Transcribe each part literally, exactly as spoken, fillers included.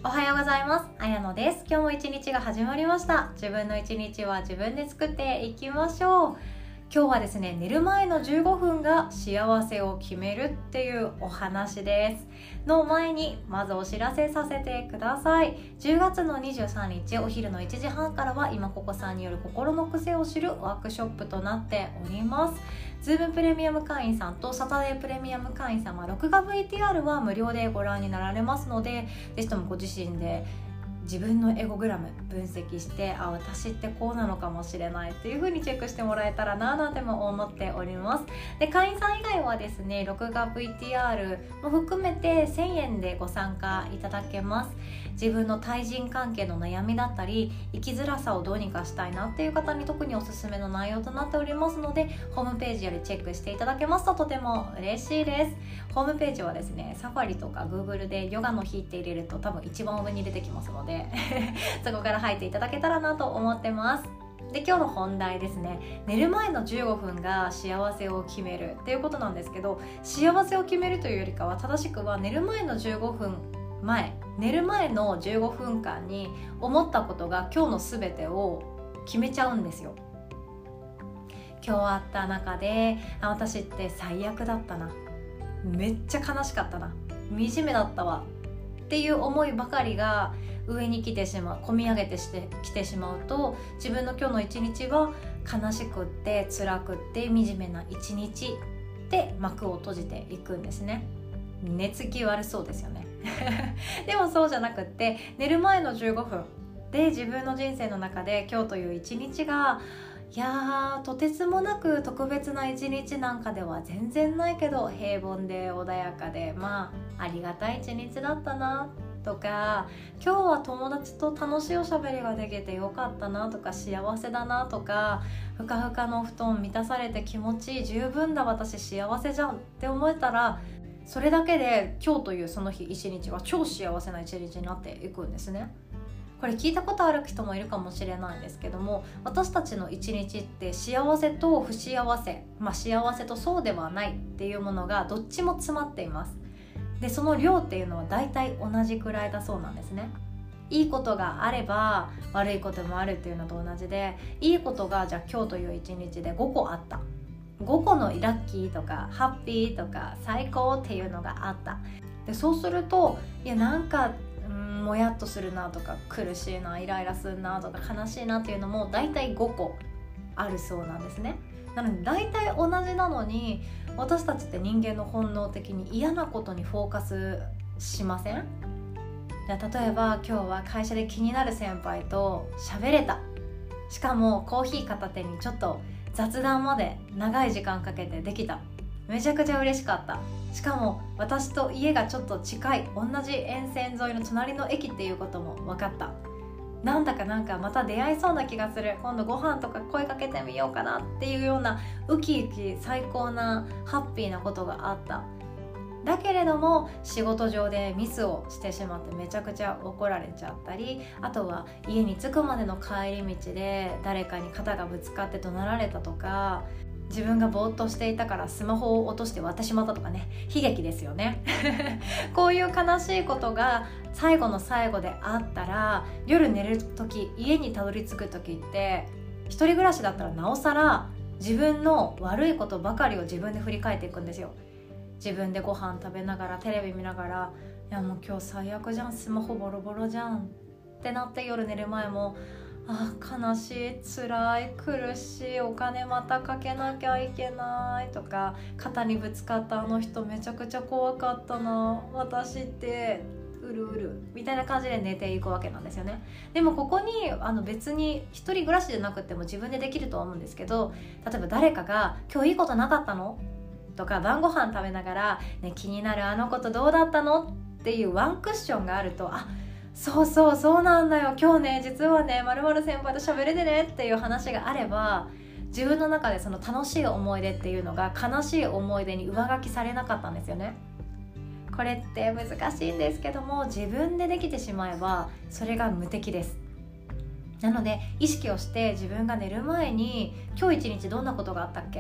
はようございます。あやのです。今日も一日が始まりました。自分の一日は自分で作っていきましょう。今日はですね、寝る前のじゅうごふんが幸せを決めるっていうお話ですの前に、まずお知らせさせてください。じゅうがつのにじゅうさんにちお昼のいちじはんからは今ここさんによる心の癖を知るワークショップとなっております。ズームプレミアム会員さんとサタデープレミアム会員さんは録画 ブイティーアール は無料でご覧になられますので、ぜひともご自身で自分のエゴグラム分析して、あ、私ってこうなのかもしれないっていう風にチェックしてもらえたらななんても思っております。で、会員さん以外はですね、録画 ブイティーアール も含めてせんえんでご参加いただけます。自分の対人関係の悩みだったり生きづらさをどうにかしたいなっていう方に特におすすめの内容となっておりますので、ホームページよりチェックしていただけますととても嬉しいです。ホームページはですね、サファリとか Google でヨガの日って入れると多分一番上に出てきますのでそこから入っていただけたらなと思ってます。で、今日の本題ですね、寝る前のじゅうごふんが幸せを決めるっていうことなんですけど、幸せを決めるというよりかは正しくは寝る前のじゅうごふんまえ寝る前のじゅうごふんかんに思ったことが今日の全てを決めちゃうんですよ。今日あった中で、あ、私って最悪だったな、めっちゃ悲しかったな、惨めだったわっていう思いばかりが上に来てしまう、込み上げてしてきてしまうと、自分の今日の一日は悲しくって辛くって惨めな一日で幕を閉じていくんですね。寝つき悪そうですよねでもそうじゃなくって、寝る前のじゅうごふんで自分の人生の中で今日という一日が、いやーとてつもなく特別な一日なんかでは全然ないけど、平凡で穏やかで、まあありがたい一日だったなとか、今日は友達と楽しいおしゃべりができてよかったなとか、幸せだなとか、ふかふかのお布団満たされて気持ちいい、十分だ私幸せじゃんって思えたら、それだけで今日というその日一日は超幸せな一日になっていくんですね。これ聞いたことある人もいるかもしれないんですけども、私たちの一日って幸せと不幸せ、まあ、幸せとそうではないっていうものがどっちも詰まっています。で、その量っていうのは大体同じくらいだそうなんですね。いいことがあれば悪いこともあるっていうのと同じで、いいことがじゃあ今日という一日でごこあった、ごこのラッキーとかハッピーとか最高っていうのがあった。で、そうすると、いやなんかんもやっとするなとか、苦しいな、イライラするなとか、悲しいなっていうのも大体ごこあるそうなんですね。なので大体同じなのに、私たちって人間の本能的に嫌なことにフォーカスしません？じゃあ例えば今日は会社で気になる先輩と喋れた、しかもコーヒー片手にちょっと雑談まで長い時間かけてできた、めちゃくちゃ嬉しかった、しかも私と家がちょっと近い、同じ沿線沿いの隣の駅っていうことも分かった、なんだかなんかまた出会いそうな気がする、今度ご飯とか声かけてみようかなっていうようなウキウキ最高なハッピーなことがあった。だけれども仕事上でミスをしてしまってめちゃくちゃ怒られちゃったり、あとは家に着くまでの帰り道で誰かに肩がぶつかって怒鳴られたとか、自分がぼーっとしていたからスマホを落として割ってしまったとかね、悲劇ですよねこういう悲しいことが最後の最後であったら、夜寝る時、家にたどり着く時って、一人暮らしだったらなおさら自分の悪いことばかりを自分で振り返っていくんですよ。自分でご飯食べながらテレビ見ながら、いやもう今日最悪じゃん、スマホボロボロじゃんってなって、夜寝る前もあ、悲しい、辛い、苦しい、お金またかけなきゃいけないとか、肩にぶつかったあの人めちゃくちゃ怖かったな、私ってうるうるみたいな感じで寝ていくわけなんですよね。でもここにあの別に一人暮らしじゃなくても自分でできるとは思うんですけど、例えば誰かが今日いいことなかったのとか、晩ご飯食べながら、ね、気になるあのことどうだったのっていうワンクッションがあると、あ、そうそうそうなんだよ、今日ね実はね〇〇先輩と喋れてねっていう話があれば、自分の中でその楽しい思い出っていうのが悲しい思い出に上書きされなかったんですよね。これって難しいんですけども、自分でできてしまえばそれが無敵です。なので意識をして、自分が寝る前に今日一日どんなことがあったっけ、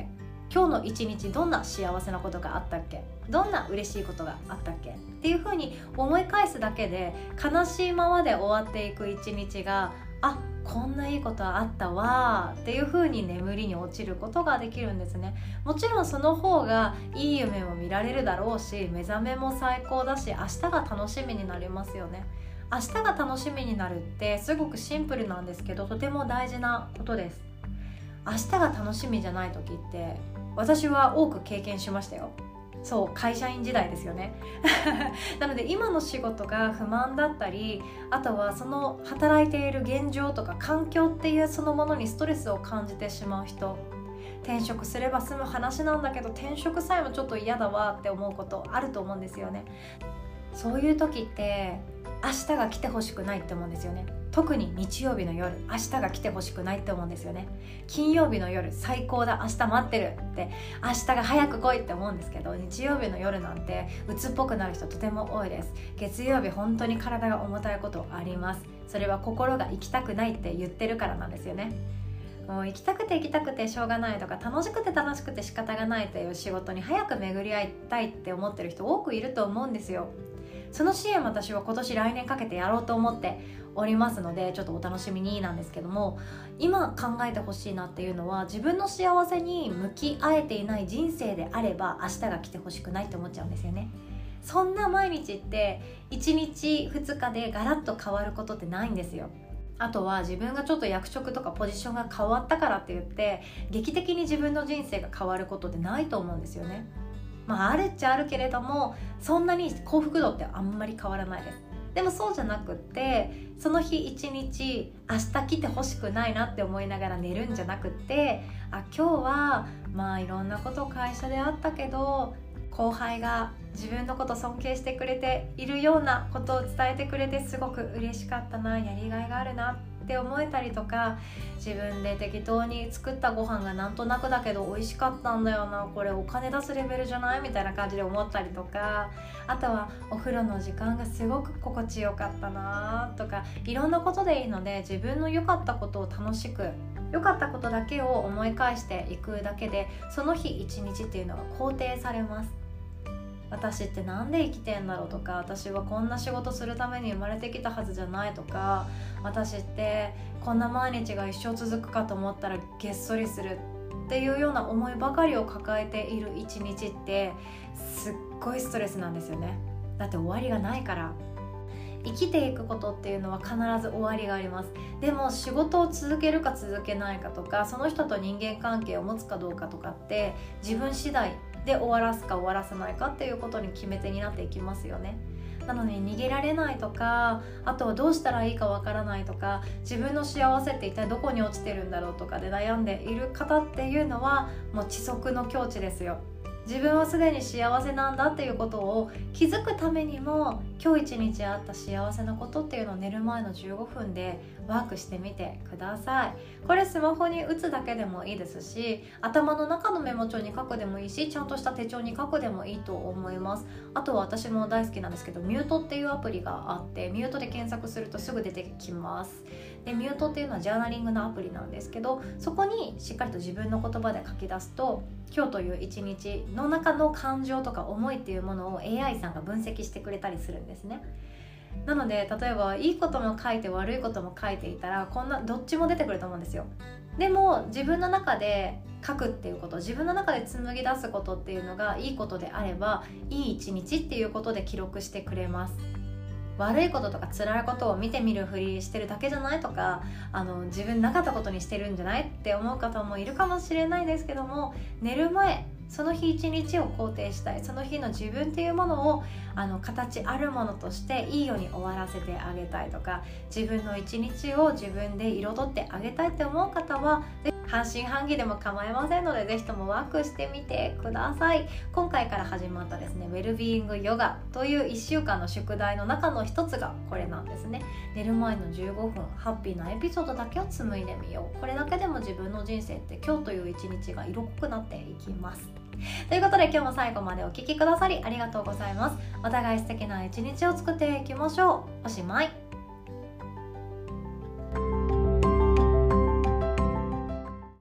今日の一日どんな幸せなことがあったっけ、どんな嬉しいことがあったっけっていう風に思い返すだけで、悲しいままで終わっていく一日が、あ、こんないいことあったわっていう風に眠りに落ちることができるんですね。もちろんその方がいい夢も見られるだろうし、目覚めも最高だし、明日が楽しみになりますよね。明日が楽しみになるってすごくシンプルなんですけど、とても大事なことです。明日が楽しみじゃない時って私は多く経験しましたよ。そう、会社員時代ですよねなので今の仕事が不満だったり、あとはその働いている現状とか環境っていうそのものにストレスを感じてしまう人、転職すれば済む話なんだけど転職さえもちょっと嫌だわって思うことあると思うんですよね。そういう時って明日が来てほしくないって思うんですよね。特に日曜日の夜、明日が来てほしくないって思うんですよね。金曜日の夜、最高だ、明日待ってるって、明日が早く来いって思うんですけど、日曜日の夜なんて鬱っぽくなる人とても多いです。月曜日本当に体が重たいことあります。それは心が行きたくないって言ってるからなんですよね。もう行きたくて行きたくてしょうがないとか、楽しくて楽しくて仕方がないという仕事に早く巡り合いたいって思ってる人多くいると思うんですよ。その支援私は今年来年かけてやろうと思っておりますので、ちょっとお楽しみになんですけども、今考えてほしいなっていうのは、自分の幸せに向き合えていない人生であれば明日が来てほしくないって思っちゃうんですよね。そんな毎日っていちにちふつかでガラッと変わることってないんですよ。あとは自分がちょっと役職とかポジションが変わったからって言って劇的に自分の人生が変わることってないと思うんですよね。まああるっちゃあるけれども、そんなに幸福度ってあんまり変わらないです。でもそうじゃなくって、その日一日明日来てほしくないなって思いながら寝るんじゃなくって、あ、今日はまあいろんなこと会社であったけど、後輩が自分のこと尊敬してくれているようなことを伝えてくれてすごく嬉しかったな、やりがいがあるなって思えたりとか、自分で適当に作ったご飯がなんとなくだけど美味しかったんだよな、これお金出すレベルじゃないみたいな感じで思ったりとか、あとはお風呂の時間がすごく心地よかったなとか、いろんなことでいいので自分の良かったことを楽しく、良かったことだけを思い返していくだけで、その日一日っていうのが肯定されます。私ってなんで生きてんだろうとか、私はこんな仕事するために生まれてきたはずじゃないとか、私ってこんな毎日が一生続くかと思ったらげっそりするっていうような思いばかりを抱えている一日ってすっごいストレスなんですよね。だって終わりがないから。生きていくことっていうのは必ず終わりがあります。でも仕事を続けるか続けないかとか、その人と人間関係を持つかどうかとかって自分次第で終わらすか終わらせないかっていうことに決め手になっていきますよね。なので逃げられないとか、あとはどうしたらいいかわからないとか、自分の幸せって一体どこに落ちてるんだろうとかで悩んでいる方っていうのはもう知足の境地ですよ。自分はすでに幸せなんだっていうことを気づくためにも、今日一日あった幸せなことっていうのを寝る前のじゅうごふんでワークしてみてください。これスマホに打つだけでもいいですし、頭の中のメモ帳に書くでもいいし、ちゃんとした手帳に書くでもいいと思います。あとは私も大好きなんですけど、ミュートっていうアプリがあって、ミュートで検索するとすぐ出てきます。でミュートっていうのはジャーナリングのアプリなんですけど、そこにしっかりと自分の言葉で書き出すと、今日という一日の中の感情とか思いっていうものを エーアイ さんが分析してくれたりするんですね。なので例えばいいことも書いて悪いことも書いていたら、こんなどっちも出てくると思うんですよ。でも自分の中で書くっていうこと、自分の中で紡ぎ出すことっていうのがいいことであれば、いい一日っていうことで記録してくれます。悪いこととか辛いことを見てみるふりしてるだけじゃないとか、あの自分なかったことにしてるんじゃないって思う方もいるかもしれないですけども、寝る前その日一日を肯定したい、その日の自分っていうものをあの形あるものとしていいように終わらせてあげたいとか、自分の一日を自分で彩ってあげたいって思う方は半信半疑でも構いませんので、ぜひともワークしてみてください。今回から始まったですね、ウェルビーイングヨガといういっしゅうかんの宿題の中の一つがこれなんですね。寝る前のじゅうごふん、ハッピーなエピソードだけを紡いでみよう。これだけでも自分の人生って今日という一日が色濃くなっていきます。ということで今日も最後までお聞きくださりありがとうございます。お互い素敵な一日を作っていきましょう。おしまい。